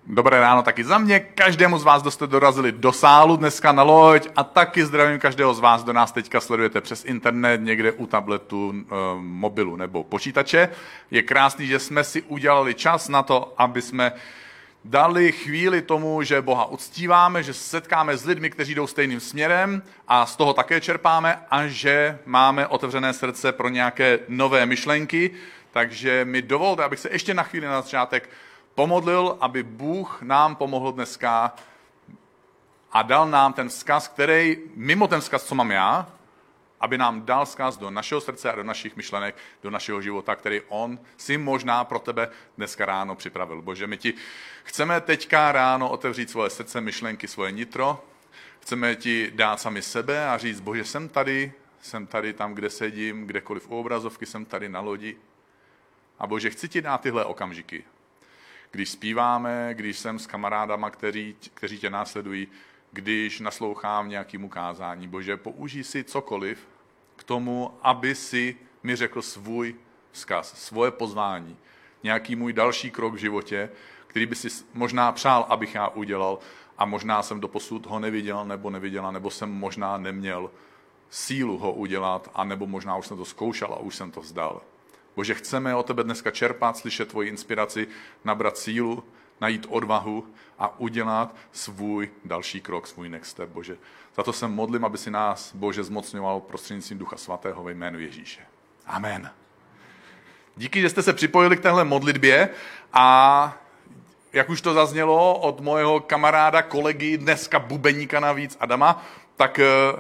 Dobré ráno taky za mě, každému z vás, kdo jste dorazili do sálu dneska na loď a taky zdravím každého z vás, kdo nás teďka sledujete přes internet, někde u tabletu, mobilu nebo počítače. Je krásný, že jsme si udělali čas na to, aby jsme dali chvíli tomu, že Boha uctíváme, že se setkáme s lidmi, kteří jdou stejným směrem a z toho také čerpáme a že máme otevřené srdce pro nějaké nové myšlenky. Takže mi dovolte, abych se ještě na chvíli na začátek pomodlil, aby Bůh nám pomohl dneska a dal nám ten vzkaz, který, mimo ten vzkaz, co mám já, aby nám dal vzkaz do našeho srdce a do našich myšlenek, do našeho života, který on si možná pro tebe dneska ráno připravil. Bože, my ti chceme teďka ráno otevřít svoje srdce, myšlenky, svoje nitro. Chceme ti dát sami sebe a říct, Bože, jsem tady tam, kde sedím, kdekoliv u obrazovky, jsem tady na lodi. A Bože, chci ti dát tyhle okamžiky. Když zpíváme, když jsem s kamarádama, kteří tě následují, když naslouchám nějakému kázání. Bože, použij si cokoliv k tomu, aby si mi řekl svůj vzkaz, svoje pozvání, nějaký můj další krok v životě, který by si možná přál, abych já udělal a možná jsem doposud ho neviděl nebo neviděla, nebo jsem možná neměl sílu ho udělat, a nebo možná už jsem to zkoušel a už jsem to vzdal. Bože, chceme od tebe dneska čerpat, slyšet tvoji inspiraci, nabrat sílu, najít odvahu a udělat svůj další krok, svůj next step, Bože. Za to se modlím, aby si nás, Bože, zmocňoval prostřednictvím Ducha Svatého ve jménu Ježíše. Amen. Díky, že jste se připojili k téhle modlitbě a jak už to zaznělo od mojeho kamaráda, kolegy, dneska bubeníka navíc, Adama, tak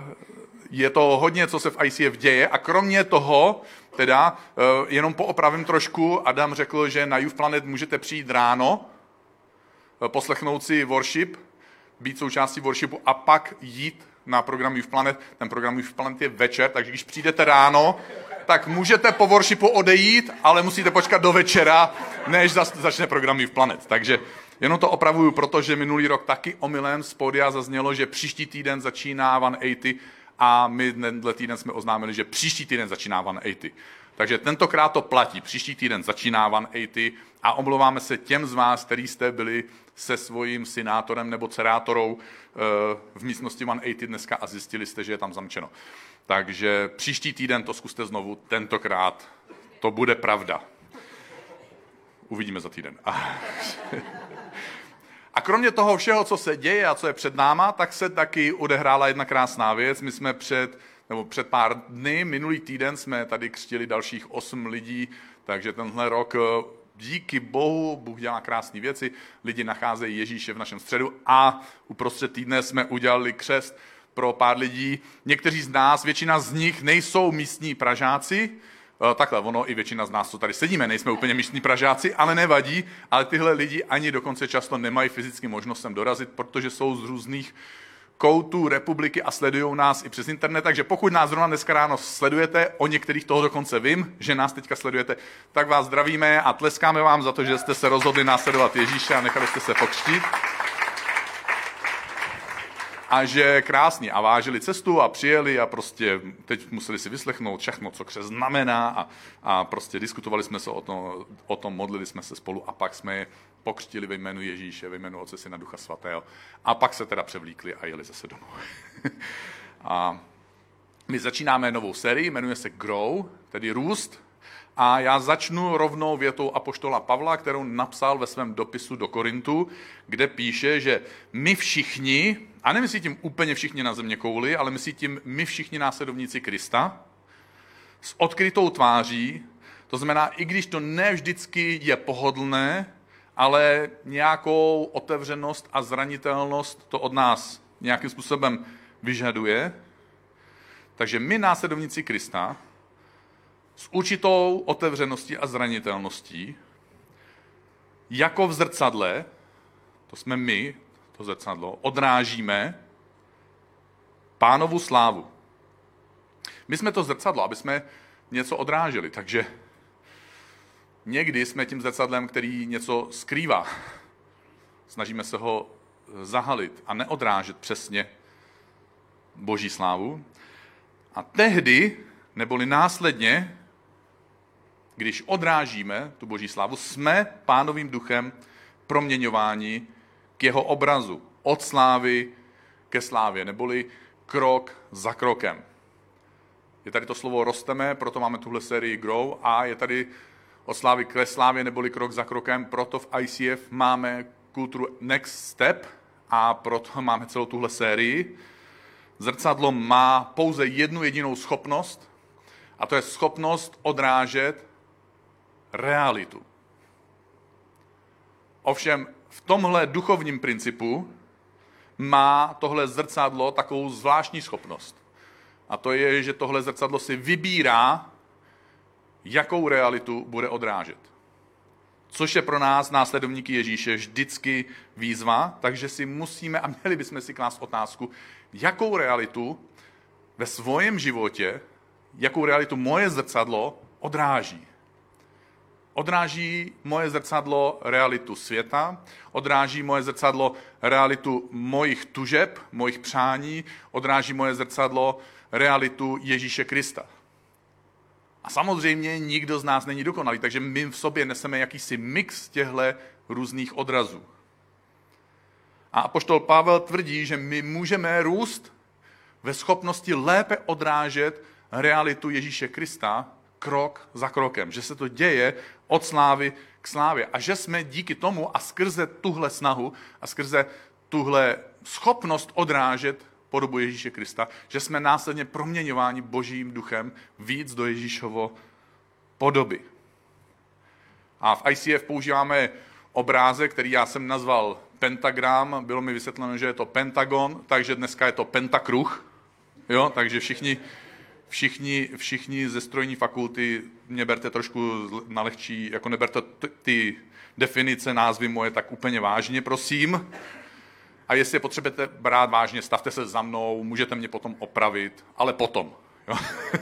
je to hodně, co se v ICF děje a kromě toho, teda, jenom poopravím trošku, Adam řekl, že na Youth Planet můžete přijít ráno, poslechnout si worship, být součástí worshipu a pak jít na program Youth Planet. Ten program Youth Planet je večer, takže když přijdete ráno, tak můžete po worshipu odejít, ale musíte počkat do večera, než začne program Youth Planet. Takže jenom to opravuju, protože minulý rok taky omylem z pódia zaznělo, že příští týden začíná 180 a my tenhle týden jsme oznámili, že příští týden začíná 180. Takže tentokrát to platí. Příští týden začíná 180 a omlouváme se těm z vás, kteří jste byli se svým synátorem nebo dcerátorou v místnosti 180 dneska a zjistili jste, že je tam zamčeno. Takže příští týden to zkuste znovu, tentokrát to bude pravda. Uvidíme za týden. A kromě toho všeho, co se děje a co je před náma, tak se taky odehrála jedna krásná věc. My jsme před pár dny, minulý týden jsme tady křtili dalších 8 lidí, takže tenhle rok díky Bohu, Bůh dělá krásné věci, lidi nacházejí Ježíše v našem středu a uprostřed týdne jsme udělali křest pro pár lidí. Někteří z nás, většina z nich nejsou místní Pražáci, takhle, ono i většina z nás, co tady sedíme, nejsme úplně místní Pražáci, ale nevadí, ale tyhle lidi ani dokonce často nemají fyzicky možnost sem dorazit, protože jsou z různých koutů republiky a sledují nás i přes internet, takže pokud nás zrovna dneska ráno sledujete, o některých toho dokonce vím, že nás teďka sledujete, tak vás zdravíme a tleskáme vám za to, že jste se rozhodli následovat Ježíše a nechali jste se pokřtít. A že krásně a vážili cestu a přijeli a prostě teď museli si vyslechnout všechno, co křest znamená a prostě diskutovali jsme se o tom, modlili jsme se spolu a pak jsme je pokřtili ve jménu Ježíše, ve jménu Otce, Syna, Ducha Svatého a pak se teda převlíkli a jeli zase domů. A my začínáme novou sérii, jmenuje se Grow, tedy růst. A já začnu rovnou větou apoštola Pavla, kterou napsal ve svém dopisu do Korintu, kde píše, že my všichni, a nemyslí tím úplně všichni na zeměkouli, ale myslí tím my všichni následovníci Krista, s odkrytou tváří, to znamená, i když to ne vždycky je pohodlné, ale nějakou otevřenost a zranitelnost to od nás nějakým způsobem vyžaduje. Takže my následovníci Krista s určitou otevřeností a zranitelností, jako v zrcadle, to jsme my, to zrcadlo, odrážíme Pánovu slávu. My jsme to zrcadlo, aby jsme něco odráželi, takže někdy jsme tím zrcadlem, který něco skrývá. Snažíme se ho zahalit a neodrážet přesně Boží slávu. A tehdy, neboli následně, když odrážíme tu Boží slávu, jsme Pánovým duchem proměňováni k jeho obrazu, od slávy ke slávě, neboli krok za krokem. Je tady to slovo rosteme, proto máme tuhle sérii Grow a je tady od slávy ke slávě, neboli krok za krokem, proto v ICF máme kulturu Next Step a proto máme celou tuhle sérii. Zrcadlo má pouze jednu jedinou schopnost a to je schopnost odrážet realitu. Ovšem v tomhle duchovním principu má tohle zrcadlo takovou zvláštní schopnost. A to je, že tohle zrcadlo si vybírá, jakou realitu bude odrážet. Což je pro nás, následovníky Ježíše, vždycky výzva, takže si musíme a měli bychom si klást otázku, jakou realitu ve svém životě, jakou realitu moje zrcadlo odráží. Odráží moje zrcadlo realitu světa, odráží moje zrcadlo realitu mojich tužeb, mojich přání, odráží moje zrcadlo realitu Ježíše Krista. A samozřejmě nikdo z nás není dokonalý, takže my v sobě neseme jakýsi mix těchto různých odrazů. A apoštol Pavel tvrdí, že my můžeme růst ve schopnosti lépe odrážet realitu Ježíše Krista krok za krokem. Že se to děje od slávy k slávě. A že jsme díky tomu a skrze tuhle snahu a skrze tuhle schopnost odrážet podobu Ježíše Krista, že jsme následně proměňováni Božím duchem víc do Ježíšovo podoby. A v ICF používáme obrázek, který já jsem nazval pentagram. Bylo mi vysvětleno, že je to pentagon, takže dneska je to pentakruh. Jo, takže všichni ze strojní fakulty mě berte trošku na lehčí, jako neberte ty definice, názvy moje tak úplně vážně, prosím. A jestli je potřebujete brát vážně, stavte se za mnou, můžete mě potom opravit, ale potom. Jo?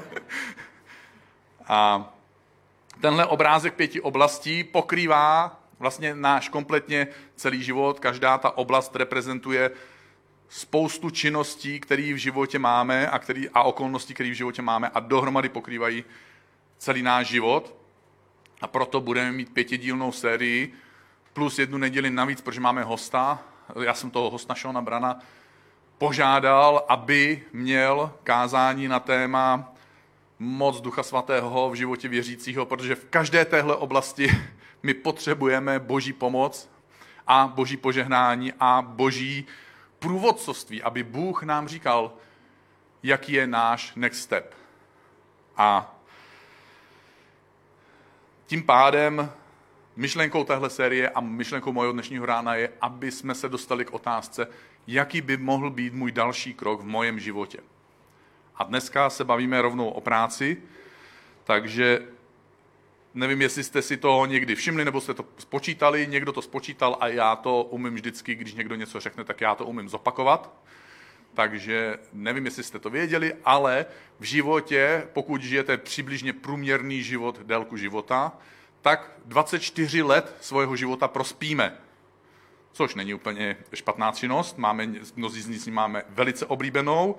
A tenhle obrázek 5 oblastí pokrývá vlastně náš kompletně celý život. Každá ta oblast reprezentuje spoustu činností, které v životě máme a okolností, které v životě máme a dohromady pokrývají celý náš život. A proto budeme mít 5dílnou sérii plus 1 neděli navíc, protože máme hosta. Já jsem toho hosta Šona Brana požádal, aby měl kázání na téma moc Ducha Svatého v životě věřícího, protože v každé téhle oblasti my potřebujeme Boží pomoc a Boží požehnání a Boží průvodcovství, aby Bůh nám říkal, jaký je náš next step. A tím pádem myšlenkou téhle série a myšlenkou mojeho dnešního rána je, aby jsme se dostali k otázce, jaký by mohl být můj další krok v mém životě. A dneska se bavíme rovnou o práci, takže nevím, jestli jste si toho někdy všimli, nebo jste to spočítali, někdo to spočítal a já to umím vždycky, když někdo něco řekne, tak já to umím zopakovat. Takže nevím, jestli jste to věděli, ale v životě, pokud žijete přibližně průměrný život, délku života, tak 24 let svého života prospíme. Což není úplně špatná činnost, mnozí z nich máme velice oblíbenou.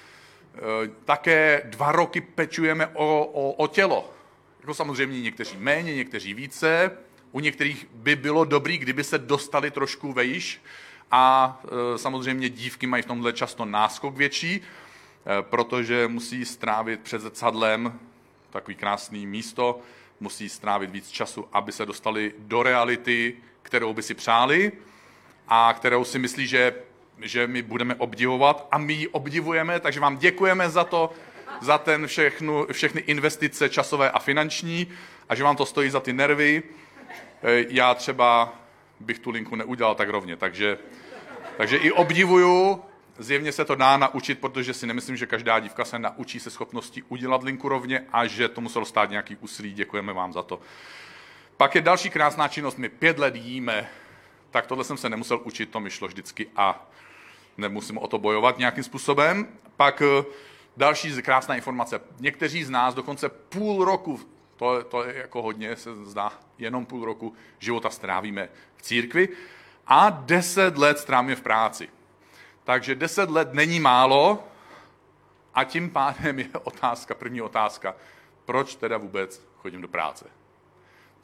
Také 2 roky pečujeme o tělo. Jako samozřejmě někteří méně, někteří více. U některých by bylo dobrý, kdyby se dostali trošku vejš. A samozřejmě dívky mají v tomhle často náskok větší, protože musí strávit před zrcadlem takový krásný místo, musí strávit víc času, aby se dostali do reality, kterou by si přáli a kterou si myslí, že my budeme obdivovat a my ji obdivujeme, takže vám děkujeme za to, za všechny investice časové a finanční a že vám to stojí za ty nervy. Já třeba bych tu linku neudělal tak rovně, takže i obdivuju, zjevně se to dá naučit, protože si nemyslím, že každá dívka se naučí se schopností udělat linku rovně a že to muselo stát nějaký úsilí, děkujeme vám za to. Pak je další krásná činnost, my 5 let jíme, tak tohle jsem se nemusel učit, to mi šlo vždycky a nemusím o to bojovat nějakým způsobem. Pak další krásná informace, někteří z nás dokonce půl roku, to je jako hodně, se zdá, jenom půl roku života strávíme v církvi a 10 let strávíme v práci. Takže 10 let není málo a tím pádem je první otázka, proč teda vůbec chodím do práce?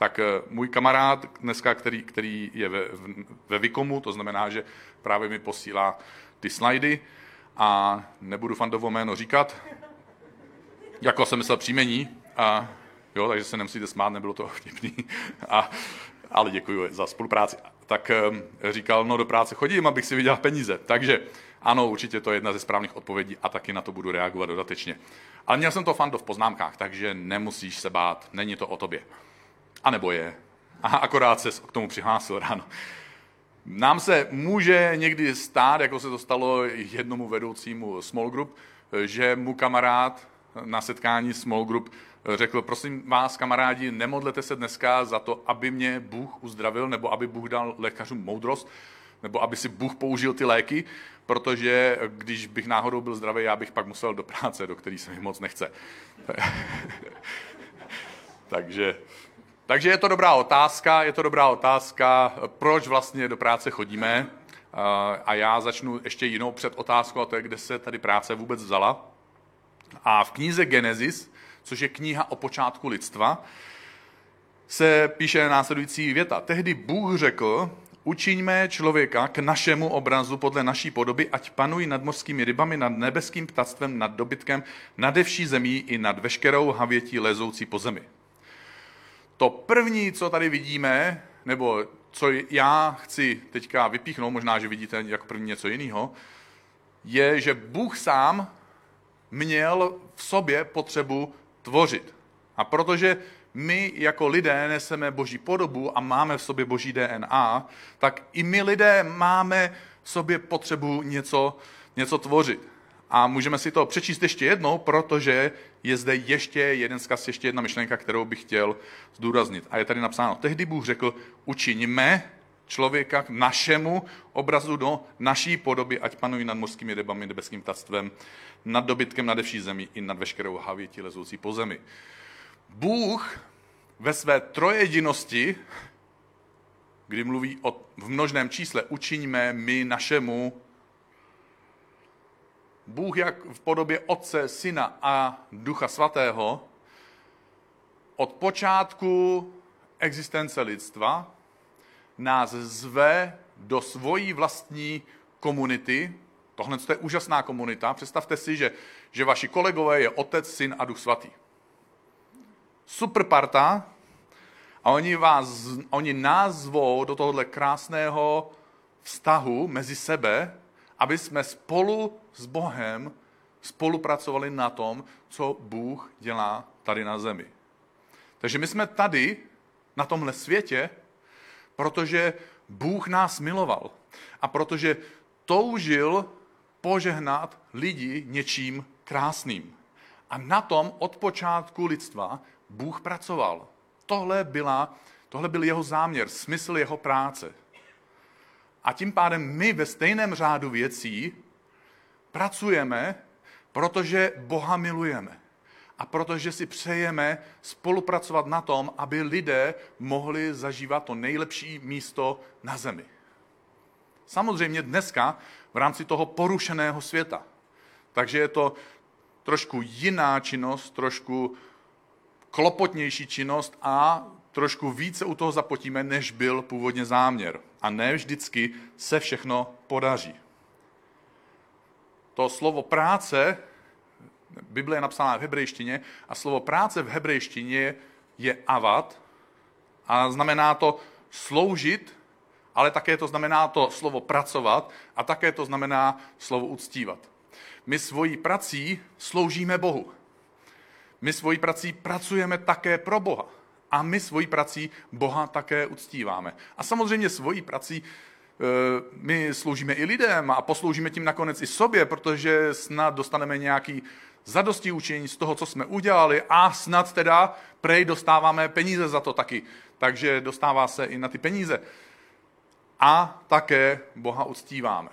Tak můj kamarád dneska, který je ve Vikomu, to znamená, že právě mi posílá ty slajdy a nebudu Fandovo jméno říkat, jako jsem myslel příjmení, jo, takže se nemusíte smát, nebylo to vtipný, ale děkuji za spolupráci. Tak říkal, no do práce chodím, abych si vydělal peníze. Takže ano, určitě to je jedna ze správných odpovědí a taky na to budu reagovat dodatečně. Ale měl jsem to Fando v poznámkách, takže nemusíš se bát, není to o tobě. A nebo je. A akorát se k tomu přihlásil ráno. Nám se může někdy stát, jako se to stalo jednomu vedoucímu small group, že mu kamarád na setkání small group řekl, prosím vás, kamarádi, nemodlete se dneska za to, aby mě Bůh uzdravil, nebo aby Bůh dal lékařům moudrost, nebo aby si Bůh použil ty léky, protože když bych náhodou byl zdravý, já bych pak musel do práce, do který se mi moc nechce. Takže je to dobrá otázka, proč vlastně do práce chodíme. A já začnu ještě jinou předotázkou, a to je, kde se tady práce vůbec vzala. A v knize Genesis, což je kniha o počátku lidstva, se píše následující věta. Tehdy Bůh řekl, učiňme člověka k našemu obrazu podle naší podoby, ať panují nad mořskými rybami, nad nebeským ptactvem, nad dobytkem, nade vší zemí i nad veškerou havětí lezoucí po zemi. To první, co tady vidíme, nebo co já chci teďka vypíchnout, možná, že vidíte jako první něco jiného, je, že Bůh sám měl v sobě potřebu tvořit. A protože my jako lidé neseme Boží podobu a máme v sobě Boží DNA, tak i my lidé máme v sobě potřebu něco tvořit. A můžeme si to přečíst ještě jednou, protože je zde ještě jeden vzkaz, ještě jedna myšlenka, kterou bych chtěl zdůraznit. A je tady napsáno, tehdy Bůh řekl, učiňme člověka k našemu obrazu do naší podoby, ať panují nad mořskými rybami, nebeským ptactvem, nad dobytkem, nade vší zemi i nad veškerou havětí lezoucí po zemi. Bůh ve své trojjedinosti, kdy mluví v množném čísle, učiňme my našemu, Bůh jak v podobě Otce, Syna a Ducha Svatého od počátku existence lidstva nás zve do svojí vlastní komunity. Tohle je úžasná komunita. Představte si, že vaši kolegové je Otec, Syn a Duch Svatý. Super parta a oni nás zvou do tohohle krásného vztahu mezi sebe, aby jsme spolu s Bohem spolupracovali na tom, co Bůh dělá tady na zemi. Takže my jsme tady, na tomhle světě, protože Bůh nás miloval a protože toužil požehnat lidi něčím krásným. A na tom od počátku lidstva Bůh pracoval. Tohle byl jeho záměr, smysl jeho práce. A tím pádem my ve stejném řádu věcí pracujeme, protože Boha milujeme. A protože si přejeme spolupracovat na tom, aby lidé mohli zažívat to nejlepší místo na zemi. Samozřejmě dneska v rámci toho porušeného světa. Takže je to trošku jiná činnost, trošku klopotnější činnost a trošku více u toho zapotíme, než byl původně záměr. A ne vždycky se všechno podaří. To slovo práce, Bible je napsaná v hebrejštině, a slovo práce v hebrejštině je avad a znamená to sloužit, ale také to znamená to slovo pracovat a také to znamená slovo uctívat. My svojí prací sloužíme Bohu. My svojí prací pracujeme také pro Boha. A my svojí prací Boha také uctíváme. A samozřejmě svojí prací my sloužíme i lidem a posloužíme tím nakonec i sobě, protože snad dostaneme nějaký zadostiučinění z toho, co jsme udělali a snad teda prej dostáváme peníze za to taky. Takže dostává se i na ty peníze. A také Boha uctíváme.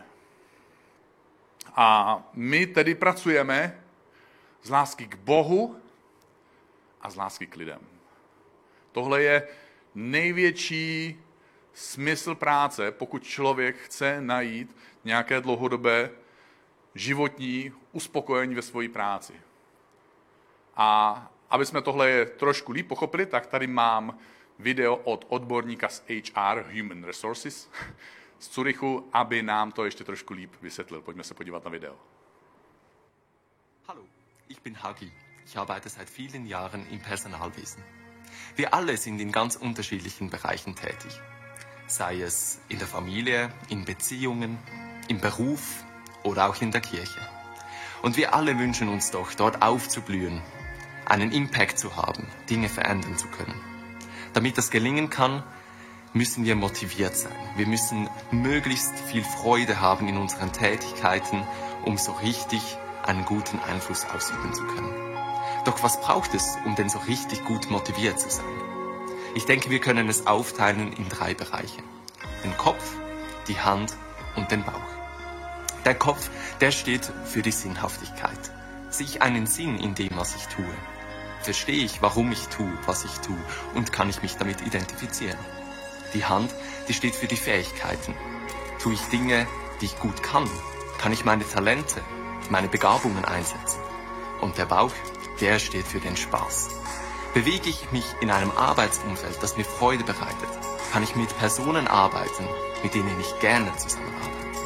A my tedy pracujeme z lásky k Bohu a z lásky k lidem. Tohle je největší smysl práce, pokud člověk chce najít nějaké dlouhodobé životní uspokojení ve své práci. A aby jsme tohle trošku líp pochopili, tak tady mám video od odborníka z HR, Human Resources, z Curychu, aby nám to ještě trošku líp vysvětlil. Pojďme se podívat na video. Hallo, ich bin Hagi. Ich arbeite seit vielen Jahren im Personalwesen. Wir alle sind in ganz unterschiedlichen Bereichen tätig. Sei es in der Familie, in Beziehungen, im Beruf oder auch in der Kirche. Und wir alle wünschen uns doch, dort aufzublühen, einen Impact zu haben, Dinge verändern zu können. Damit das gelingen kann, müssen wir motiviert sein. Wir müssen möglichst viel Freude haben in unseren Tätigkeiten, um so richtig einen guten Einfluss ausüben zu können. Doch was braucht es, um denn so richtig gut motiviert zu sein? Ich denke, wir können es aufteilen in 3 Bereiche. Den Kopf, die Hand und den Bauch. Der Kopf, der steht für die Sinnhaftigkeit. Sehe ich einen Sinn in dem, was ich tue? Verstehe ich, warum ich tue, was ich tue, und kann ich mich damit identifizieren? Die Hand, die steht für die Fähigkeiten. Tue ich Dinge, die ich gut kann? Kann ich meine Talente, meine Begabungen einsetzen? Und der Bauch, der steht für den Spaß. Bewege ich mich in einem Arbeitsumfeld, das mir Freude bereitet? Kann ich mit Personen arbeiten, mit denen ich gerne zusammenarbeite?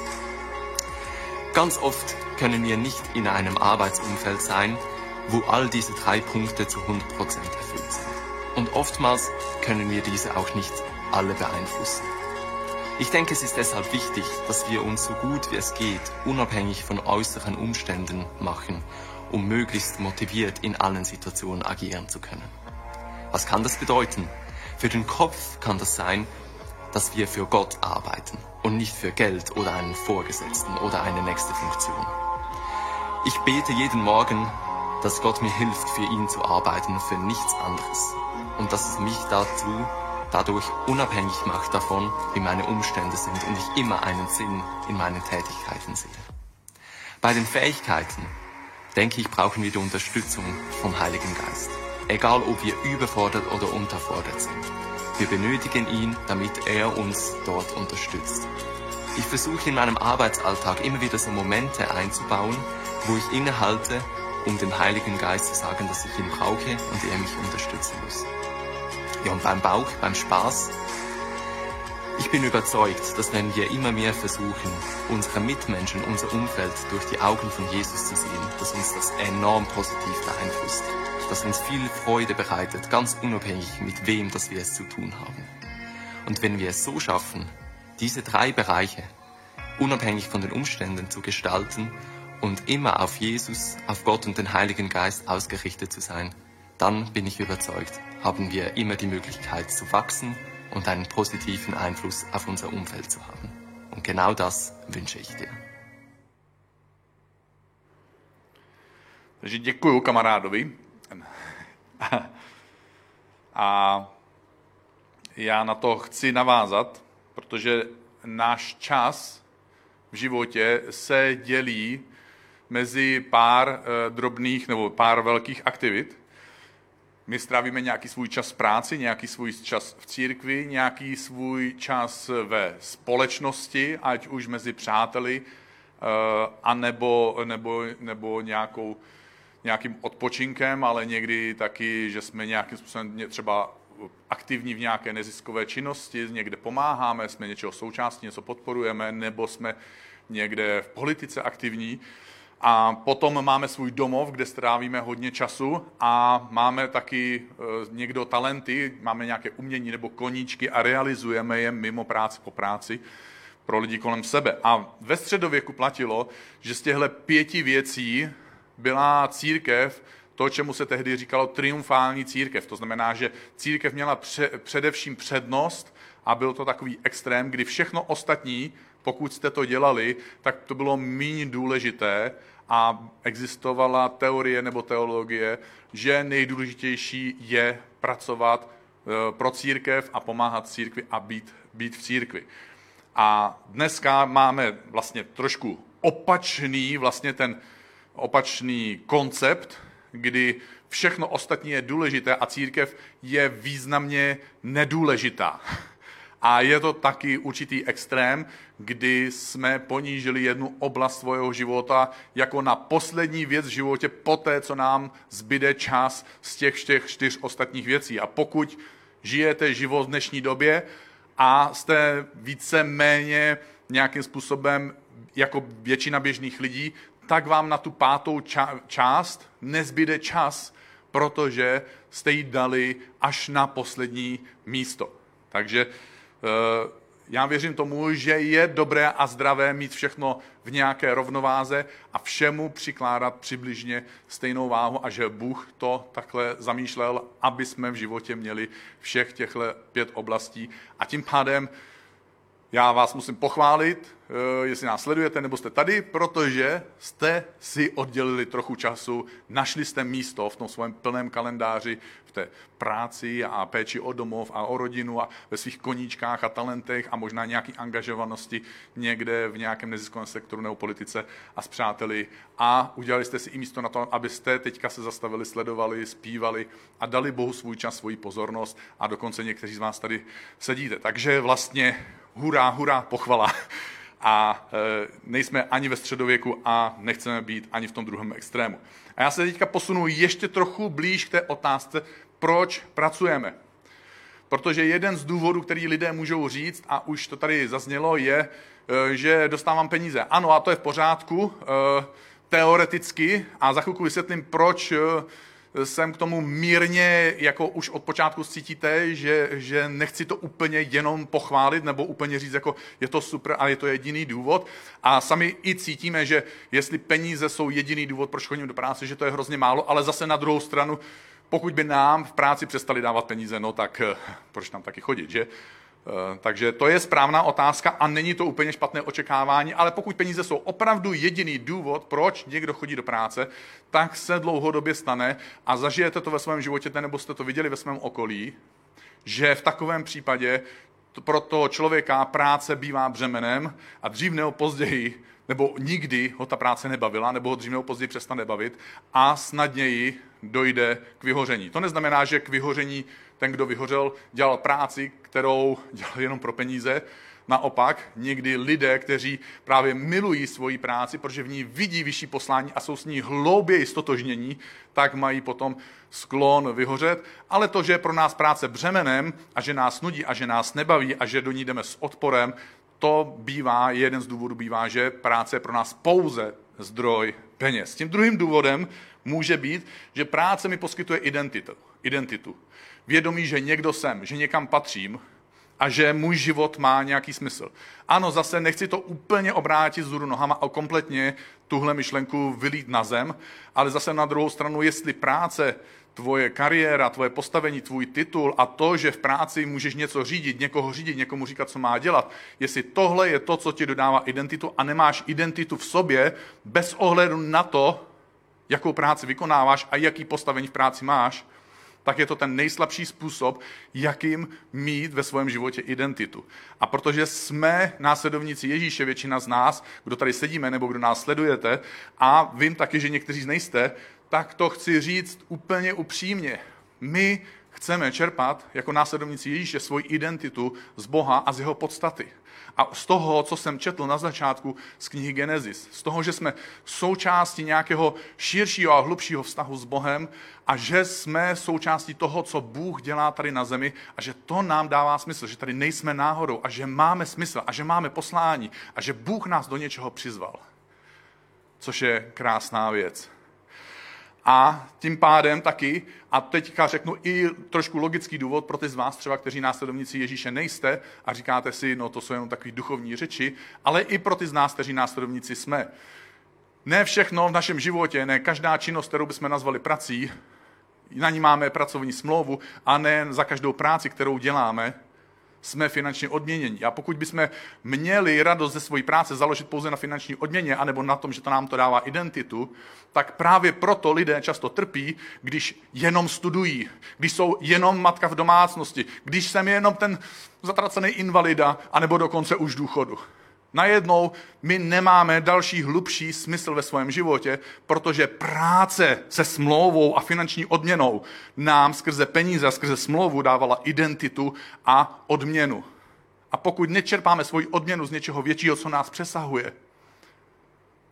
Ganz oft können wir nicht in einem Arbeitsumfeld sein, wo all diese 3 Punkte zu 100% erfüllt sind. Und oftmals können wir diese auch nicht alle beeinflussen. Ich denke, es ist deshalb wichtig, dass wir uns so gut wie es geht, unabhängig von äußeren Umständen machen, um möglichst motiviert in allen Situationen agieren zu können. Was kann das bedeuten? Für den Kopf kann das sein, dass wir für Gott arbeiten und nicht für Geld oder einen Vorgesetzten oder eine nächste Funktion. Ich bete jeden Morgen, dass Gott mir hilft, für ihn zu arbeiten, für nichts anderes. Und dass es mich dadurch unabhängig macht davon, wie meine Umstände sind und ich immer einen Sinn in meinen Tätigkeiten sehe. Bei den Fähigkeiten, denke ich, brauchen wir die Unterstützung vom Heiligen Geist. Egal, ob wir überfordert oder unterfordert sind. Wir benötigen ihn, damit er uns dort unterstützt. Ich versuche in meinem Arbeitsalltag immer wieder so Momente einzubauen, wo ich innehalte, um dem Heiligen Geist zu sagen, dass ich ihn brauche und er mich unterstützen muss. Ja, und beim Bauch, beim Spaß. Ich bin überzeugt, dass wenn wir immer mehr versuchen, unsere Mitmenschen, unser Umfeld durch die Augen von Jesus zu sehen, dass uns das enorm positiv beeinflusst. Das uns viel Freude bereitet, ganz unabhängig mit wem, dass wir es zu tun haben. Und wenn wir es so schaffen, diese 3 Bereiche unabhängig von den Umständen zu gestalten und immer auf Jesus, auf Gott und den Heiligen Geist ausgerichtet zu sein, dann bin ich überzeugt, haben wir immer die Möglichkeit zu wachsen und einen positiven Einfluss auf unser Umfeld zu haben. Und genau das wünsche ich dir. Takže děkuju kamarádovi. A já na to chci navázat, protože náš čas v životě se dělí mezi pár drobných nebo pár velkých aktivit. My strávíme nějaký svůj čas v práci, nějaký svůj čas v církvi, nějaký svůj čas ve společnosti, ať už mezi přáteli, nebo nějakým odpočinkem, ale někdy taky, že jsme nějakým způsobem třeba aktivní v nějaké neziskové činnosti, někde pomáháme, jsme něčeho součástí, něco podporujeme, nebo jsme někde v politice aktivní. A potom máme svůj domov, kde strávíme hodně času a máme taky někdo talenty, máme nějaké umění nebo koníčky a realizujeme je mimo práci, po práci pro lidi kolem sebe. A ve středověku platilo, že z těchto 5 věcí byla církev to, čemu se tehdy říkalo triumfální církev. To znamená, že církev měla především přednost a byl to takový extrém, kdy všechno ostatní, pokud jste to dělali, tak to bylo méně důležité a existovala teorie nebo teologie, že nejdůležitější je pracovat pro církev a pomáhat církvi a být v církvi. A dneska máme vlastně trošku opačný koncept, kdy všechno ostatní je důležité a církev je významně nedůležitá. A je to taky určitý extrém, kdy jsme ponížili jednu oblast svého života jako na poslední věc v životě poté, co nám zbyde čas z těch 4 ostatních věcí. A pokud žijete život v dnešní době a jste víceméně nějakým způsobem jako většina běžných lidí, tak vám na tu pátou část nezbyde čas, protože jste ji dali až na poslední místo. Takže já věřím tomu, že je dobré a zdravé mít všechno v nějaké rovnováze a všemu přikládat přibližně stejnou váhu a že Bůh to takhle zamýšlel, aby jsme v životě měli všech těchto 5 oblastí. A tím pádem já vás musím pochválit, jestli nás sledujete nebo jste tady, protože jste si oddělili trochu času, našli jste místo v tom svém plném kalendáři, v té práci a péči o domov a o rodinu a ve svých koníčkách a talentech a možná nějaký angažovanosti někde v nějakém neziskovém sektoru nebo politice a s přáteli. A udělali jste si i místo na to, abyste teďka se zastavili, sledovali, zpívali a dali Bohu svůj čas, svoji pozornost a dokonce někteří z vás tady sedíte. Takže vlastně hurá, hurá, pochvala. A nejsme ani ve středověku a nechceme být ani v tom druhém extrému. A já se teďka posunu ještě trochu blíž k té otázce, proč pracujeme. Protože jeden z důvodů, který lidé můžou říct, a už to tady zaznělo, je, že dostávám peníze. Ano, a to je v pořádku, teoreticky, a za chvilku vysvětlím, proč jsem k tomu mírně, jako už od počátku cítíte, že nechci to úplně jenom pochválit, nebo úplně říct, jako je to super a je to jediný důvod. A sami i cítíme, že jestli peníze jsou jediný důvod, proč chodím do práce, že to je hrozně málo, ale zase na druhou stranu, pokud by nám v práci přestali dávat peníze, no tak proč tam taky chodit, že? Takže to je správná otázka a není to úplně špatné očekávání, ale pokud peníze jsou opravdu jediný důvod, proč někdo chodí do práce, tak se dlouhodobě stane a zažijete to ve svém životě, nebo jste to viděli ve svém okolí, že v takovém případě pro toho člověka práce bývá břemenem a dřív nebo později, nebo nikdy ho ta práce nebavila, nebo ho dřív nebo později přestane bavit a snadněji dojde k vyhoření. To neznamená, že k vyhoření ten, kdo vyhořel, dělal práci, kterou dělal jenom pro peníze. Naopak, někdy lidé, kteří právě milují svoji práci, protože v ní vidí vyšší poslání a jsou s ní hlouběji stotožnění, tak mají potom sklon vyhořet. Ale to, že je pro nás práce břemenem a že nás nudí a že nás nebaví a že do ní jdeme s odporem, to bývá, jeden z důvodů bývá, že práce je pro nás pouze zdroj peněz. Tím druhým důvodem může být, že práce mi poskytuje identitu. Vědomí, že někdo jsem, že někam patřím a že můj život má nějaký smysl. Ano, zase nechci to úplně obrátit vzhůru nohama a kompletně tuhle myšlenku vylít na zem, ale zase na druhou stranu, jestli práce, tvoje kariéra, tvoje postavení, tvůj titul a to, že v práci můžeš něco řídit, někoho řídit, někomu říkat, co má dělat, jestli tohle je to, co ti dodává identitu a nemáš identitu v sobě bez ohledu na to, jakou práci vykonáváš a jaký postavení v práci máš, tak je to ten nejslabší způsob, jakým mít ve svém životě identitu. A protože jsme následovníci Ježíše, většina z nás, kdo tady sedíme nebo kdo nás sledujete, a vím taky, že někteří nejste, tak to chci říct úplně upřímně. My chceme čerpat jako následovníci Ježíše svoji identitu z Boha a z jeho podstaty. A z toho, co jsem četl na začátku z knihy Genesis, z toho, že jsme součástí nějakého širšího a hlubšího vztahu s Bohem a že jsme součástí toho, co Bůh dělá tady na zemi a že to nám dává smysl, že tady nejsme náhodou a že máme smysl a že máme poslání a že Bůh nás do něčeho přizval. Což je krásná věc. A tím pádem taky, a teďka řeknu i trošku logický důvod pro ty z vás třeba, kteří následovníci Ježíše nejste a říkáte si, no to jsou jenom takový duchovní řeči, ale i pro ty z nás, kteří následovníci jsme. Ne všechno v našem životě, ne každá činnost, kterou bychom nazvali prací, na ní máme pracovní smlouvu a ne za každou práci, kterou děláme, jsme finančně odměněni. A pokud bychom měli radost ze své práce založit pouze na finanční odměně, anebo na tom, že to nám to dává identitu, tak právě proto lidé často trpí, když jenom studují, když jsou jenom matka v domácnosti, když jsem jenom ten zatracený invalida, anebo dokonce už důchodu. Najednou my nemáme další hlubší smysl ve svém životě, protože práce se smlouvou a finanční odměnou nám skrze peníze a skrze smlouvu dávala identitu a odměnu. A pokud nečerpáme svoji odměnu z něčeho většího, co nás přesahuje,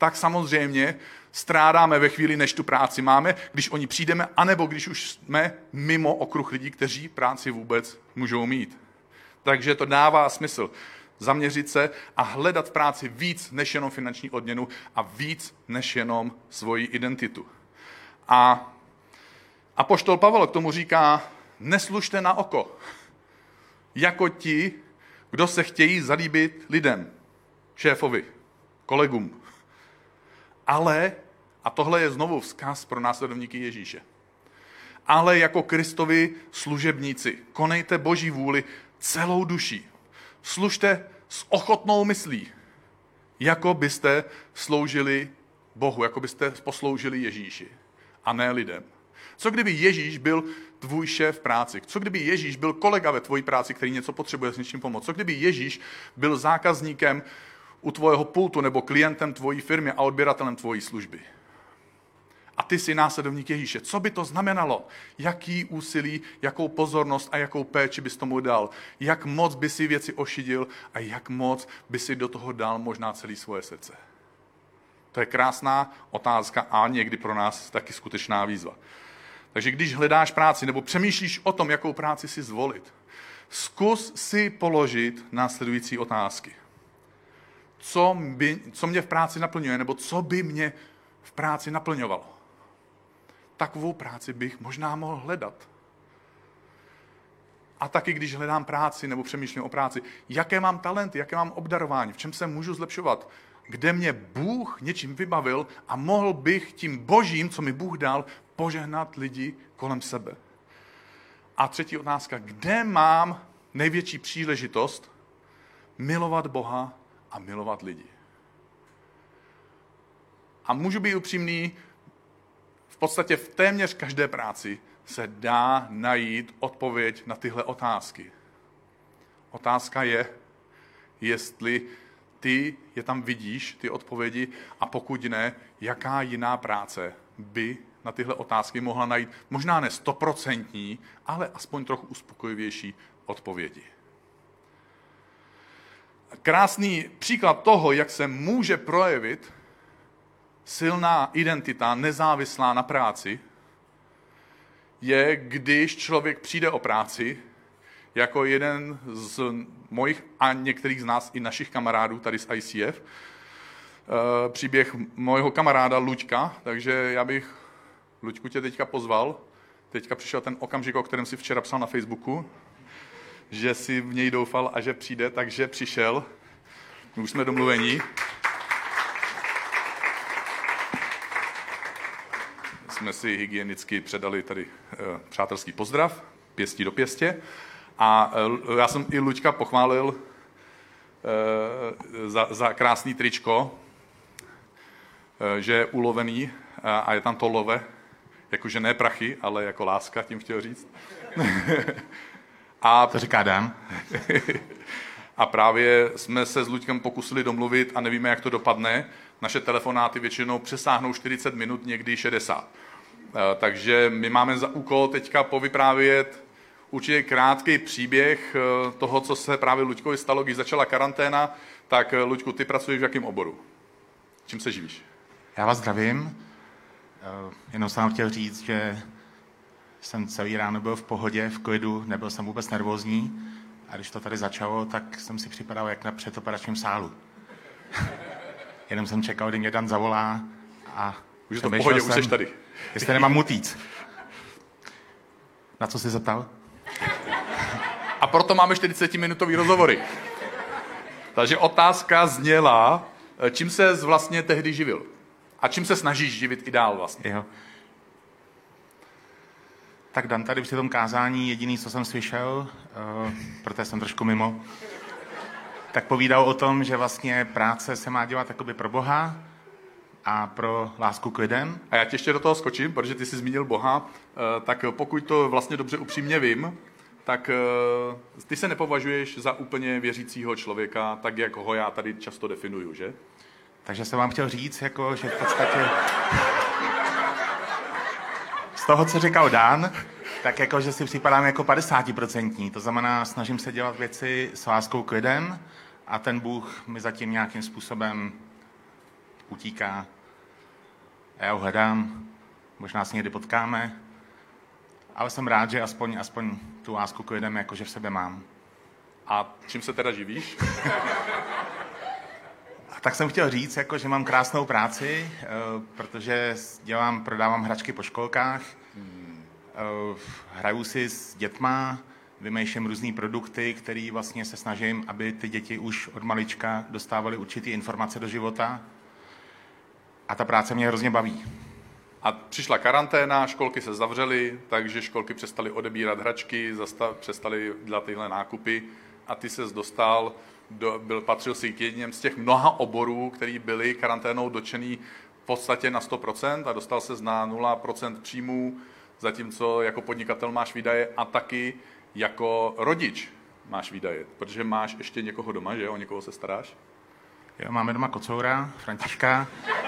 tak samozřejmě strádáme ve chvíli, než tu práci máme, když o ní přijdeme, anebo když už jsme mimo okruh lidí, kteří práci vůbec můžou mít. Takže to dává smysl zaměřit se a hledat v práci víc než jenom finanční odměnu a víc než jenom svoji identitu. A apoštol Pavel k tomu říká, neslužte na oko, jako ti, kdo se chtějí zalíbit lidem, šéfovi, kolegům. Ale, a tohle je znovu vzkaz pro následovníky Ježíše, ale jako Kristovi služebníci, konejte Boží vůli celou duší. Služte s ochotnou myslí, jako byste sloužili Bohu, jako byste posloužili Ježíši a ne lidem. Co kdyby Ježíš byl tvůj šéf v práci? Co kdyby Ježíš byl kolega ve tvojí práci, který něco potřebuje s něčím pomoct? Co kdyby Ježíš byl zákazníkem u tvého pultu nebo klientem tvojí firmy a odběratelem tvojí služby? A ty jsi následovník Ježíše. Co by to znamenalo? Jaký úsilí, jakou pozornost a jakou péči bys tomu dal? Jak moc by si věci ošidil a jak moc by si do toho dal možná celé svoje srdce? To je krásná otázka a někdy pro nás taky skutečná výzva. Takže když hledáš práci nebo přemýšlíš o tom, jakou práci si zvolit, zkus si položit následující otázky. Co mě v práci naplňuje, nebo co by mě v práci naplňovalo? Takovou práci bych možná mohl hledat. A taky, když hledám práci nebo přemýšlím o práci, jaké mám talenty, jaké mám obdarování, v čem se můžu zlepšovat, kde mě Bůh něčím vybavil a mohl bych tím Božím, co mi Bůh dal, požehnat lidi kolem sebe. A třetí otázka, kde mám největší příležitost milovat Boha a milovat lidi? A můžu být upřímný, v podstatě v téměř každé práci se dá najít odpověď na tyhle otázky. Otázka je, jestli ty je tam vidíš, ty odpovědi, a pokud ne, jaká jiná práce by na tyhle otázky mohla najít, možná ne 100%, ale aspoň trochu uspokojivější odpovědi. Krásný příklad toho, jak se může projevit silná identita, nezávislá na práci, je, když člověk přijde o práci, jako jeden z mojich a některých z nás i našich kamarádů tady z ICF, příběh mojho kamaráda Luďka, takže já bych Luďku tě teďka pozval. Teďka přišel ten okamžik, o kterém si včera psal na Facebooku, že si v něj doufal a že přijde, takže přišel. My už jsme domluvení. Jsme si hygienicky předali tady přátelský pozdrav, pěstí do pěstě. A já jsem i Luďka pochválil za krásný tričko, že je ulovený a je tam to love, jakože ne prachy, ale jako láska, tím chtěl říct. A to říká Dan. A právě jsme se s Luďkem pokusili domluvit a nevíme, jak to dopadne. Naše telefonáty většinou přesáhnou 40 minut, někdy 60. Takže my máme za úkol teďka povyprávět určitě krátký příběh toho, co se právě Luďkovi stalo, když začala karanténa. Tak Luďku, ty pracuješ v jakém oboru? Čím se živíš? Já vás zdravím. Jenom jsem vám chtěl říct, že jsem celý ráno byl v pohodě, v klidu, nebyl jsem vůbec nervózní. A když to tady začalo, tak jsem si připadal jak na předoperačním sálu. Jenom jsem čekal, kdy mě Dan zavolá a už to v pohodě, už jsi tady. Jestli nemám mutíc. Na co jsi zeptal? A proto máme 40-minutový rozhovory. Takže otázka zněla, čím se vlastně tehdy živil? A čím se snažíš živit i dál vlastně? Jo. Tak Dan tady při tom kázání, jediný, co jsem slyšel, protože jsem trošku mimo, tak povídal o tom, že vlastně práce se má dělat jakoby pro Boha a pro lásku k lidem. A já tě ještě do toho skočím, protože ty jsi zmínil Boha, tak pokud to vlastně dobře upřímně vím, tak ty se nepovažuješ za úplně věřícího člověka, tak jak ho já tady často definuju, že? Takže jsem vám chtěl říct, jako, že v podstatě z toho, co říkal Dan, tak jako, že si připadám jako 50%. To znamená, snažím se dělat věci s láskou k lidem a ten Bůh mi zatím nějakým způsobem utíká. A já ho hledám, možná se někdy potkáme, ale jsem rád, že aspoň tu lásku k lidem jakože v sebe mám. A čím se teda živíš? A tak jsem chtěl říct, jako, že mám krásnou práci, protože prodávám hračky po školkách, hraju si s dětma, vymýšlím různý produkty, který vlastně se snažím, aby ty děti už od malička dostávaly určitý informace do života. A ta práce mě hrozně baví. A přišla karanténa, školky se zavřely, takže školky přestaly odebírat hračky, přestaly dělat tyhle nákupy a ty ses dostal, patřil si k jedním z těch mnoha oborů, který byly karanténou dotčený v podstatě na 100% a dostal ses na 0% příjmů, zatímco jako podnikatel máš výdaje a taky jako rodič máš výdaje, protože máš ještě někoho doma, že? O někoho se staráš? Jo, máme doma kocoura, Františka.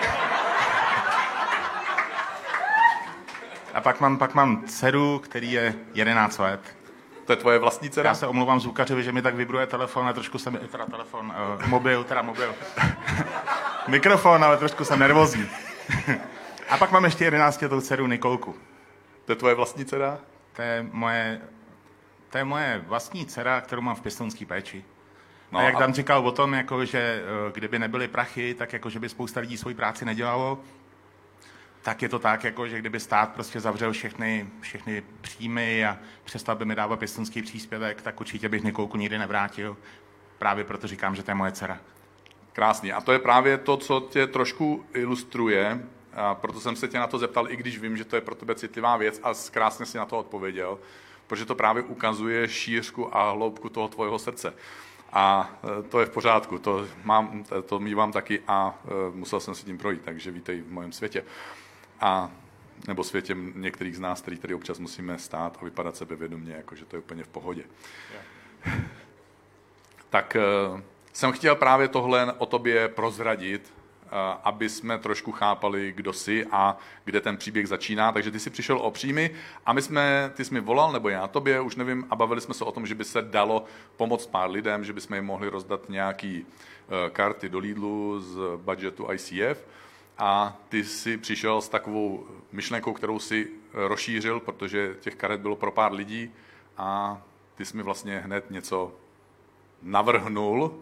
A pak mám dceru, který je 11 let. To je tvoje vlastní dcera? Já se omlouvám zvukařovi, že mi tak vibruje telefon a trošku jsem, mobil. Mikrofon, ale trošku jsem nervózní. A pak mám ještě 11letou dceru Nikolku. To je tvoje vlastní dcera? To je moje vlastní dcera, kterou mám v pěstounské péči. No, a jak Dan říkal o tom, jako, že kdyby nebyly prachy, tak jako, že by spousta lidí svoji práci nedělalo, tak je to tak, jako, že kdyby stát prostě zavřel všechny příjmy a přestal by mi dávat pěstounský příspěvek, tak určitě bych Nikolku nikdy nevrátil. Právě proto říkám, že to je moje dcera. Krásně. A to je právě to, co tě trošku ilustruje. A proto jsem se tě na to zeptal, i když vím, že to je pro tebe citlivá věc a krásně si na to odpověděl, protože to právě ukazuje šířku a hloubku toho tvojho srdce. A to je v pořádku, to mívám taky a musel jsem si tím projít, takže vítej v mém světě. Nebo světě některých z nás, který tady občas musíme stát a vypadat sebevědomě, jakože to je úplně v pohodě. Yeah. Tak jsem chtěl právě tohle o tobě prozradit, aby jsme trošku chápali, kdo jsi a kde ten příběh začíná. Takže ty jsi přišel o příjmy a ty jsi mi volal, nebo já tobě, už nevím, a bavili jsme se o tom, že by se dalo pomoct pár lidem, že bychom jim mohli rozdat nějaký karty do Lidlu z budgetu ICF. A ty jsi přišel s takovou myšlenkou, kterou si rozšířil, protože těch karet bylo pro pár lidí a ty jsi mi vlastně hned něco navrhnul.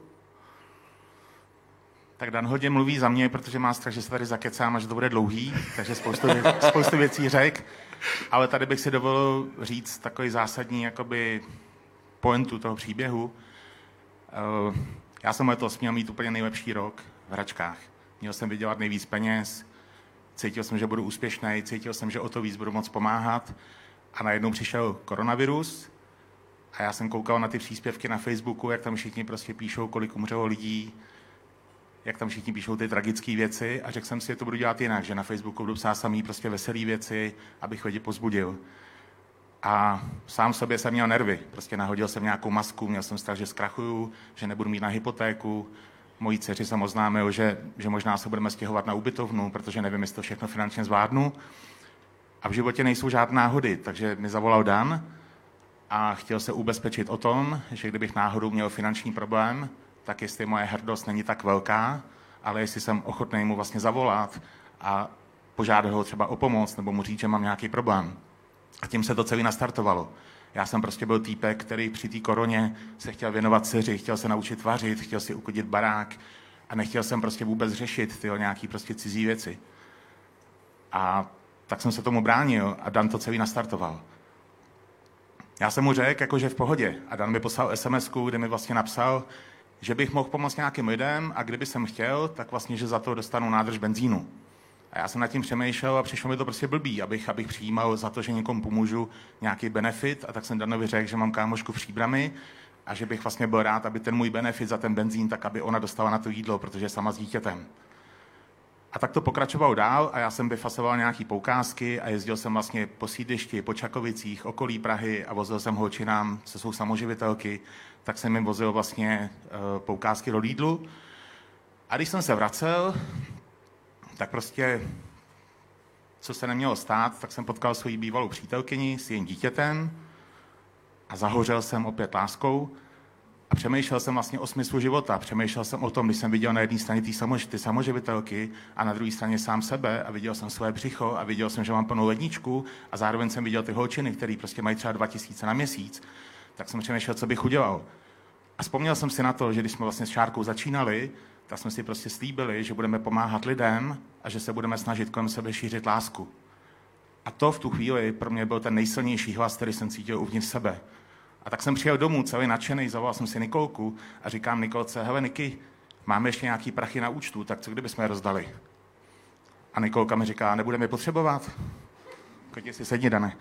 Tak Dan hodně mluví za mě, protože má strach, že se tady zakecám a že to bude dlouhý, takže spoustu věcí řek. Ale tady bych si dovolil říct takový zásadní jakoby pointu toho příběhu. Já jsem letos měl mít úplně nejlepší rok v hračkách. Měl jsem vydělat nejvíc peněz, cítil jsem, že budu úspěšný, cítil jsem, že o to víc budu moc pomáhat. A najednou přišel koronavirus a já jsem koukal na ty příspěvky na Facebooku, jak tam všichni prostě píšou, kolik umřelo lidí, jak tam všichni píšou ty tragické věci a řekl jsem si, že to budu dělat jinak, že na Facebooku budu psát samý prostě veselý věci, abych lidi pozbudil. A sám sobě jsem měl nervy, prostě nahodil jsem nějakou masku, měl jsem strach, že zkrachuju, že nebudu mít na hypotéku. Mojí dceři jsem oznámil, že možná se budeme stěhovat na ubytovnu, protože nevím, jestli to všechno finančně zvládnu. A v životě nejsou žádné náhody, takže mi zavolal Dan a chtěl se ubezpečit o tom, že kdybych náhodou měl finanční problém, tak jestli moje hrdost není tak velká, ale jestli jsem ochotný mu vlastně zavolat a požádat ho třeba o pomoc nebo mu říct, že mám nějaký problém. A tím se to celé nastartovalo. Já jsem prostě byl týpek, který při té koroně se chtěl věnovat dceři, chtěl se naučit vařit, chtěl si uklidit barák a nechtěl jsem prostě vůbec řešit nějaký prostě cizí věci. A tak jsem se tomu bránil a Dan to celý nastartoval. Já jsem mu řekl, jakože v pohodě. A Dan mi poslal SMS-ku, kde mi vlastně napsal, že bych mohl pomoct nějakým lidem a kdyby jsem chtěl, tak vlastně, že za to dostanu nádrž benzínu. A já jsem nad tím přemýšlel a přišlo mi to prostě blbý, abych přijímal za to, že někomu pomůžu nějaký benefit a tak jsem Danovi řekl, že mám kámošku v Příbrami a že bych vlastně byl rád, aby ten můj benefit za ten benzín, tak aby ona dostala na to jídlo, protože je sama s dítětem. A tak to pokračoval dál a já jsem vyfasoval nějaký poukázky a jezdil jsem vlastně po sídlišti, po Čakovicích, okolí Prahy a vozil jsem holčinám, co jsou samoživitelky, tak jsem jim vozil vlastně poukázky do Lidlu. A když jsem se vracel, tak prostě, co se nemělo stát, tak jsem potkal svou bývalou přítelkyni s jejím dítětem a zahořel jsem opět láskou A přemýšlel jsem vlastně o smyslu života. Přemýšlel jsem o tom, když jsem viděl na jedné straně ty samoživitelky a na druhé straně sám sebe a viděl jsem své břicho a viděl jsem, že mám plnou ledničku a zároveň jsem viděl ty holčiny, které prostě mají třeba 2000 na měsíc. Tak jsem přemýšlel, co bych udělal. A vzpomněl jsem si na to, že když jsme vlastně s Šárkou začínali, tak jsme si prostě slíbili, že budeme pomáhat lidem a že se budeme snažit kolem sebe šířit lásku. A to v tu chvíli pro mě byl ten nejsilnější hlas, který jsem cítil uvnitř sebe. A tak jsem přijel domů celý nadšený, zavolal jsem si Nikolku a říkám Nikolce, hele Niky, máme ještě nějaký prachy na účtu, tak co kdybychom je rozdali? A Nikolka mi říká, nebudeme je potřebovat? Chodě si sedni, Dane.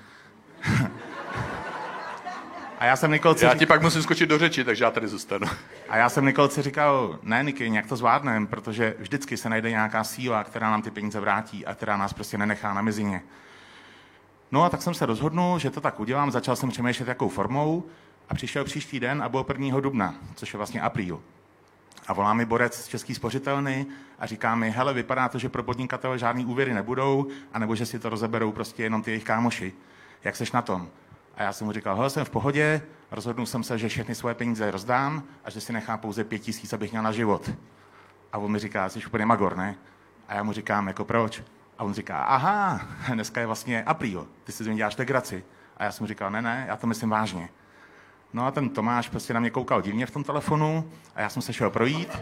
A já jsem Nikolce Já ti pak musím skočit do řeči, takže já tady zůstanu. A já jsem Nikolce říkal, ne Niky, nějak to zvládneme, protože vždycky se najde nějaká síla, která nám ty peníze vrátí a která nás prostě nenechá na mizině. No a tak jsem se rozhodnul, že to tak udělám, začal jsem přemýšlet jakou formou a přišel příští den a bylo 1. dubna, což je vlastně apríl. A volá mi borec z České spořitelny a říká mi, hele, vypadá to, že pro podnikatele žádný úvěry nebudou, anebo že si to rozeberou prostě jenom ty jejich kámoši. Jak seš na tom? A já jsem mu říkal, hele, jsem v pohodě, rozhodnul jsem se, že všechny svoje peníze rozdám a že si nechám pouze 5 000, abych měl na život. A on mi říká, jsi úplně magor, ne? A já mu říkám, jako proč? A on říká, aha, dneska je vlastně apríl, ty si z mě děláš legraci. A já jsem mu říkal, ne, já to myslím vážně. No a ten Tomáš prostě na mě koukal divně v tom telefonu a já jsem se šel projít.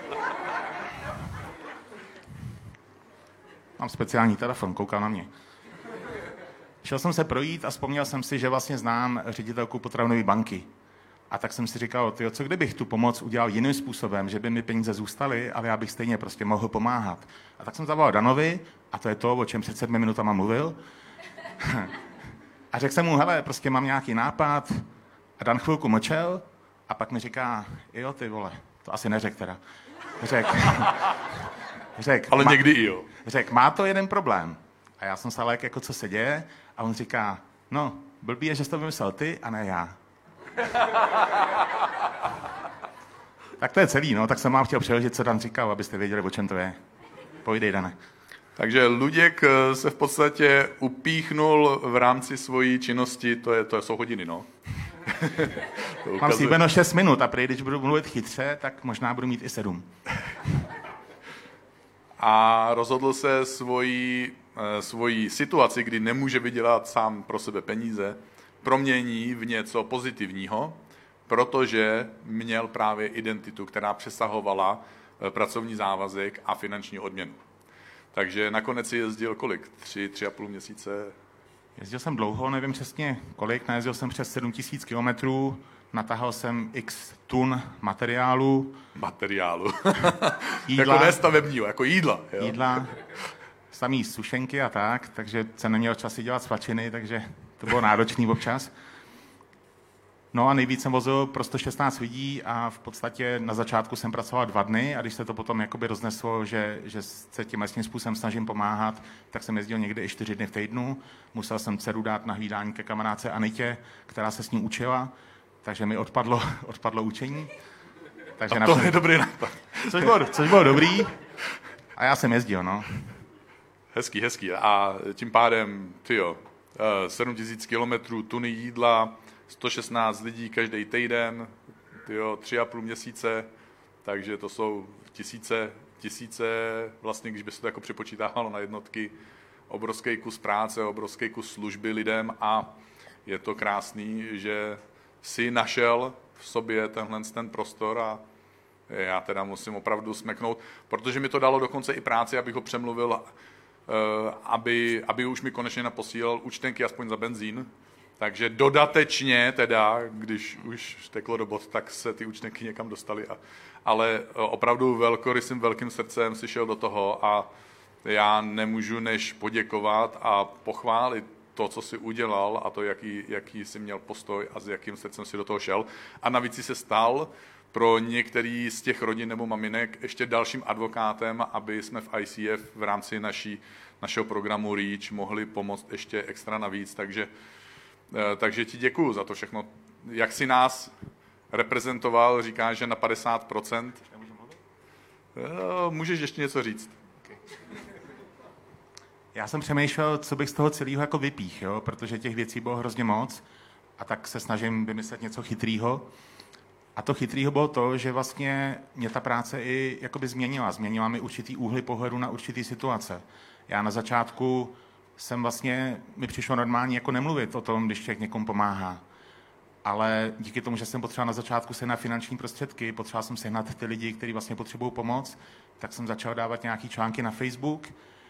Mám speciální telefon, koukal na mě. Šel jsem se projít a vzpomněl jsem si, že vlastně znám ředitelku potravinové banky. A tak jsem si říkal, tyjo, co kdybych tu pomoc udělal jiným způsobem, že by mi peníze zůstaly, ale já bych stejně prostě mohl pomáhat. A tak jsem zavolal Danovi, a to je to, o čem před 7 minutama mluvil. A řekl jsem mu, hele, prostě mám nějaký nápad. A Dan chvilku mlčel a pak mi říká, jo, ty vole, to asi neřek teda. Řek, Ale někdy i jo. Řek, má to jeden problém. A já jsem se ale jako co se děje? A on říká, no, blbý je, že jsi to vymyslel ty a ne já. Tak to je celý, no, tak jsem vám chtěl přeložit, co Dan říkal, abyste věděli, o čem to je. Povídej, Dane. Takže Luděk se v podstatě upíchnul v rámci svojí činnosti, to jsou hodiny, no. Mám slíbeno 6 minut a prý, když budu mluvit chytře, tak možná budu mít i 7. A rozhodl se svoji situaci, kdy nemůže vydělat sám pro sebe peníze, promění v něco pozitivního, protože měl právě identitu, která přesahovala pracovní závazek a finanční odměnu. Takže nakonec si jezdil kolik? 3,5 měsíce? Jezdil jsem dlouho, nevím přesně kolik, najezdil jsem přes 7 000 kilometrů, natahal jsem x tun materiálu. Jídla. Jako nestavebního, jako jídla. Jo? Jídla, samý sušenky a tak, takže jsem neměl čas si dělat svačiny, takže to bylo náročný občas. No a nejvíc jsem vozil pro 116 lidí a v podstatě na začátku jsem pracoval 2 dny a když se to potom jakoby rozneslo, že se tím způsobem snažím pomáhat, tak jsem jezdil někdy i 4 dny v týdnu. Musel jsem dceru dát na hlídání ke kamarádce Anitě, která se s ní učila, takže mi odpadlo učení. Takže a to je dobrý nápad. Což bylo dobrý a já jsem jezdil, no. Hezký. A tím pádem, 7 000 kilometrů, tuny jídla, 116 lidí každý týden, 3,5 měsíce, takže to jsou tisíce, vlastně, když by se to jako připočítávalo na jednotky, obrovský kus práce, obrovský kus služby lidem a je to krásný, že si našel v sobě ten prostor a já teda musím opravdu smeknout, protože mi to dalo dokonce i práci, abych ho přemluvil, aby už mi konečně naposílal účtenky aspoň za benzín. Takže dodatečně teda, když už teklo do bod, tak se ty účtenky někam dostaly. Ale opravdu velkorysým, velkým srdcem si šel do toho a já nemůžu než poděkovat a pochválit to, co si udělal a to, jaký jsi měl postoj a s jakým srdcem si do toho šel. A navíc si se stal pro některý z těch rodin nebo maminek ještě dalším advokátem, aby jsme v ICF v rámci našeho programu REACH mohli pomoct ještě extra navíc. Takže ti děkuju za to všechno. Jak jsi nás reprezentoval, říkáš, že na 50%. Můžeš ještě něco říct. Já jsem přemýšlel, co bych z toho celého jako vypích, protože těch věcí bylo hrozně moc a tak se snažím vymyslet něco chytrýho. A to chytrýho bylo to, že vlastně mě ta práce i jakoby změnila. Změnila mi určitý úhly pohledu na určitý situace. Já na začátku mi přišlo normální jako nemluvit o tom, když člověk někomu pomáhá. Ale díky tomu, že jsem potřeboval na začátku sehnat finanční prostředky, potřeboval jsem sehnat ty lidi, kteří vlastně potřebují pomoc, tak jsem začal dávat nějaký články na Facebook,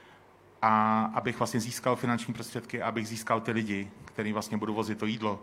a abych vlastně získal finanční prostředky, abych získal ty lidi, kteří vlastně budou vozit to jídlo.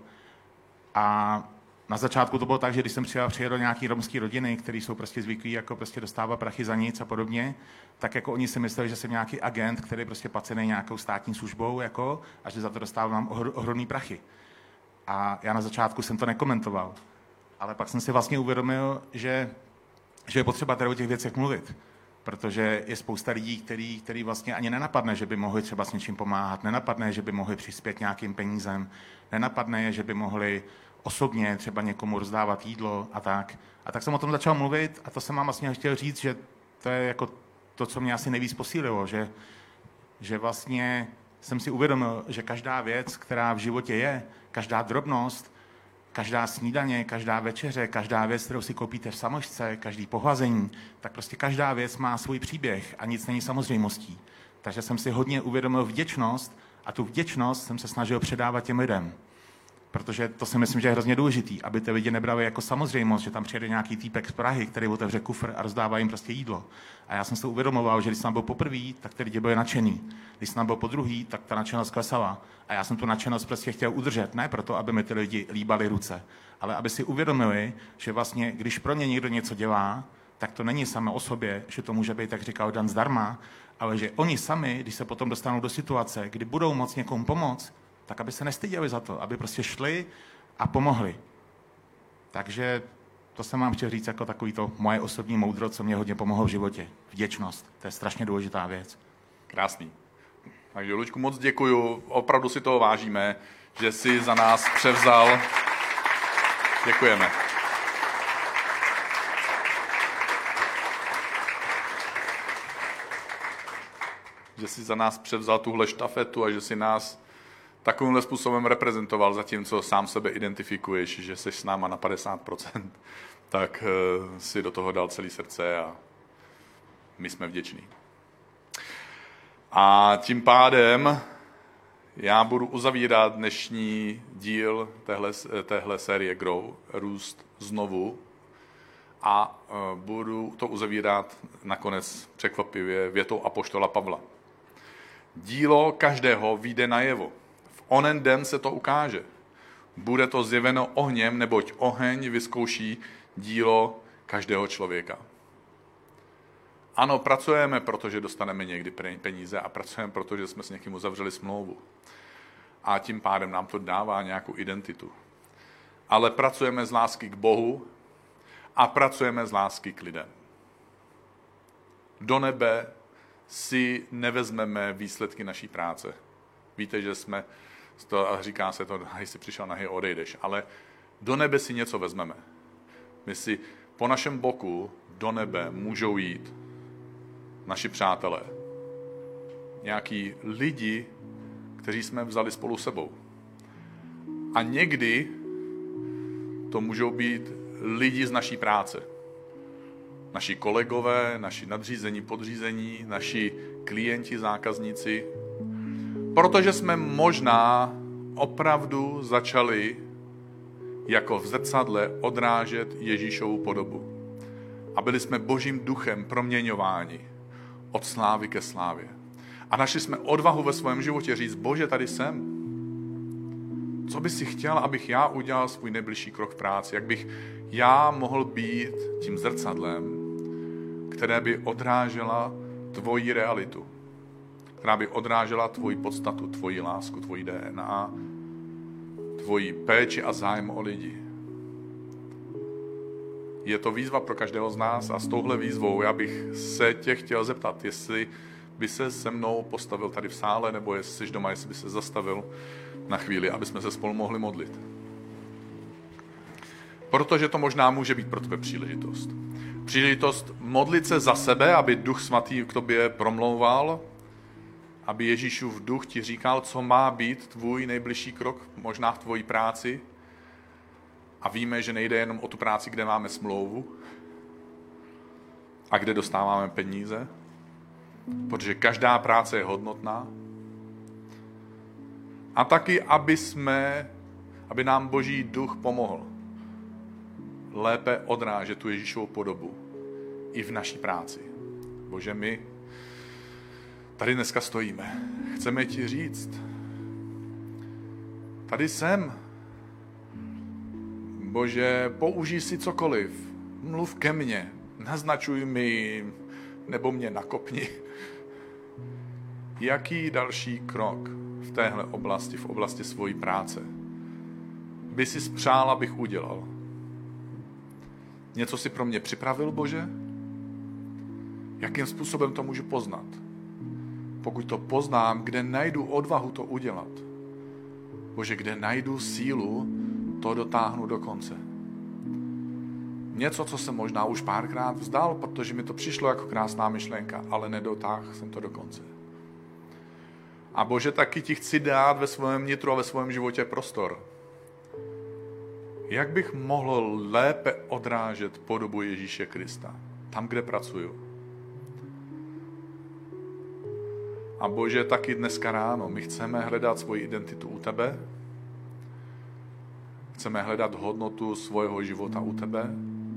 A na začátku to bylo tak, že když jsem přijel do nějaký romské rodiny, kteří jsou prostě zvyklí jako prostě dostávat prachy za nic a podobně, tak jako oni si mysleli, že jsem nějaký agent, který prostě placený nějakou státní službou jako, a že za to dostávám ohromný prachy. A já na začátku jsem to nekomentoval. Ale pak jsem si vlastně uvědomil, že je potřeba tady o těch věcech mluvit. Protože je spousta lidí, který vlastně ani nenapadne, že by mohli třeba s něčím pomáhat, nenapadne, že by mohli přispět nějakým penízem, nenapadne je, že by mohli osobně třeba někomu rozdávat jídlo a tak. A tak jsem o tom začal mluvit a to jsem vám vlastně chtěl říct, že to je jako to, co mě asi nejvíc posílilo, že vlastně jsem si uvědomil, že každá věc, která v životě je, každá drobnost, každá snídaně, každá večeře, každá věc, kterou si koupíte v Samošce, každý pohlazení, tak prostě každá věc má svůj příběh a nic není samozřejmostí. Takže jsem si hodně uvědomil vděčnost a tu vděčnost jsem se snažil předávat těm lidem. Protože to si myslím, že je hrozně důležitý, aby ty lidi nebrali jako samozřejmost, že tam přijede nějaký týpek z Prahy, který otevře kufr a rozdává jim prostě jídlo. A já jsem si to uvědomoval, že když jsem tam byl poprvé, tak ty lidi byli nadšený. Když jsem tam byl podruhý, tak ta nadšenost klesala. A já jsem tu nadšenost prostě chtěl udržet, ne proto, aby mi ty lidi líbali ruce, ale aby si uvědomili, že vlastně, když pro ně někdo něco dělá, tak to není samo o sobě, že to může být, tak říkal, dan zdarma, ale že oni sami, když se potom dostanou do situace, kdy budou moct někomu pomoct, tak aby se nestyděli za to, aby prostě šli a pomohli. Takže to jsem vám chtěl říct jako takový to moje osobní moudro, co mě hodně pomohlo v životě. Vděčnost, to je strašně důležitá věc. Krásný. Takže Luďku, moc děkuju, opravdu si toho vážíme, že jsi za nás převzal. Děkujeme. Že jsi za nás převzal tuhle štafetu a že jsi nás takovýmhle způsobem reprezentoval, zatímco sám sebe identifikuješ, že jsi s náma na 50%, tak si do toho dal celé srdce a my jsme vděční. A tím pádem já budu uzavírat dnešní díl téhle série Grow, Růst znovu, a budu to uzavírat nakonec překvapivě větou apoštola Pavla. Dílo každého vyjde najevo. V onen den se to ukáže. Bude to zjeveno ohněm, neboť oheň vyzkouší dílo každého člověka. Ano, pracujeme, protože dostaneme někdy peníze a pracujeme, protože jsme s někým uzavřeli smlouvu. A tím pádem nám to dává nějakou identitu. Ale pracujeme z lásky k Bohu a pracujeme z lásky k lidem. Do nebe si nevezmeme výsledky naší práce. Víte, že jsme, a říká se to, jsi přišel nahy, odejdeš, ale do nebe si něco vezmeme. My si po našem boku do nebe můžou jít naši přátelé. Nějaký lidi, kteří jsme vzali spolu sebou. A někdy to můžou být lidi z naší práce. Naši kolegové, naši nadřízení, podřízení, naši klienti, zákazníci. Protože jsme možná opravdu začali jako v zrcadle odrážet Ježíšovu podobu. A byli jsme Božím duchem proměňováni od slávy ke slávě. A našli jsme odvahu ve svém životě říct, Bože, tady jsem. Co by si chtěl, abych já udělal svůj nejbližší krok v práci? Jak bych já mohl být tím zrcadlem, které by odrážela tvoji realitu? Která by odrážela tvoji podstatu, tvoji lásku, tvoji DNA, tvoji péči a zájem o lidi. Je to výzva pro každého z nás a s touhle výzvou já bych se tě chtěl zeptat, jestli by se se mnou postavil tady v sále, nebo jestli jsi doma, jestli by se zastavil na chvíli, aby jsme se spolu mohli modlit. Protože to možná může být pro tebe příležitost. Příležitost modlit se za sebe, aby Duch Svatý k tobě promlouval, aby Ježíšův duch ti říkal, co má být tvůj nejbližší krok, možná v tvojí práci. A víme, že nejde jenom o tu práci, kde máme smlouvu a kde dostáváme peníze, protože každá práce je hodnotná. A taky, aby nám Boží duch pomohl lépe odrážet tu Ježíšovu podobu i v naší práci. Bože, my tady dneska stojíme. Chceme ti říct, tady jsem. Bože, použij si cokoliv. Mluv ke mně. Naznačuj mi, nebo mě nakopni. Jaký další krok v téhle oblasti, v oblasti svojí práce, by si spřál, abych udělal? Něco si pro mě připravil, Bože? Jakým způsobem to můžu poznat? Pokud to poznám, kde najdu odvahu to udělat? Bože, kde najdu sílu to dotáhnu do konce? Něco, co jsem možná už párkrát vzdal, protože mi to přišlo jako krásná myšlenka, ale nedotáhl jsem to do konce. A Bože, taky ti chci dát ve svém nitru a ve svém životě prostor. Jak bych mohl lépe odrážet podobu Ježíše Krista? Tam, kde pracuju. A Bože, taky dneska ráno my chceme hledat svoji identitu u tebe. Chceme hledat hodnotu svého života u tebe.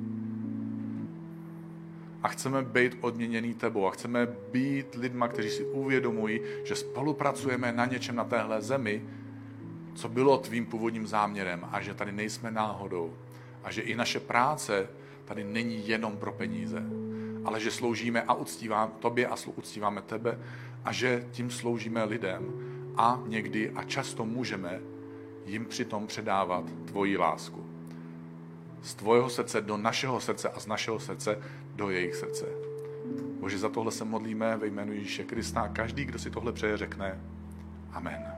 A chceme být odměněný tebou. A chceme být lidma, kteří si uvědomují, že spolupracujeme na něčem na téhle zemi, co bylo tvým původním záměrem a že tady nejsme náhodou. A že i naše práce tady není jenom pro peníze, ale že sloužíme a uctíváme tobě a uctíváme tebe a že tím sloužíme lidem a někdy a často můžeme jim přitom předávat tvoji lásku. Z tvojho srdce do našeho srdce a z našeho srdce do jejich srdce. Bože, za tohle se modlíme ve jménu Ježíše Krista a každý, kdo si tohle přeje, řekne amen.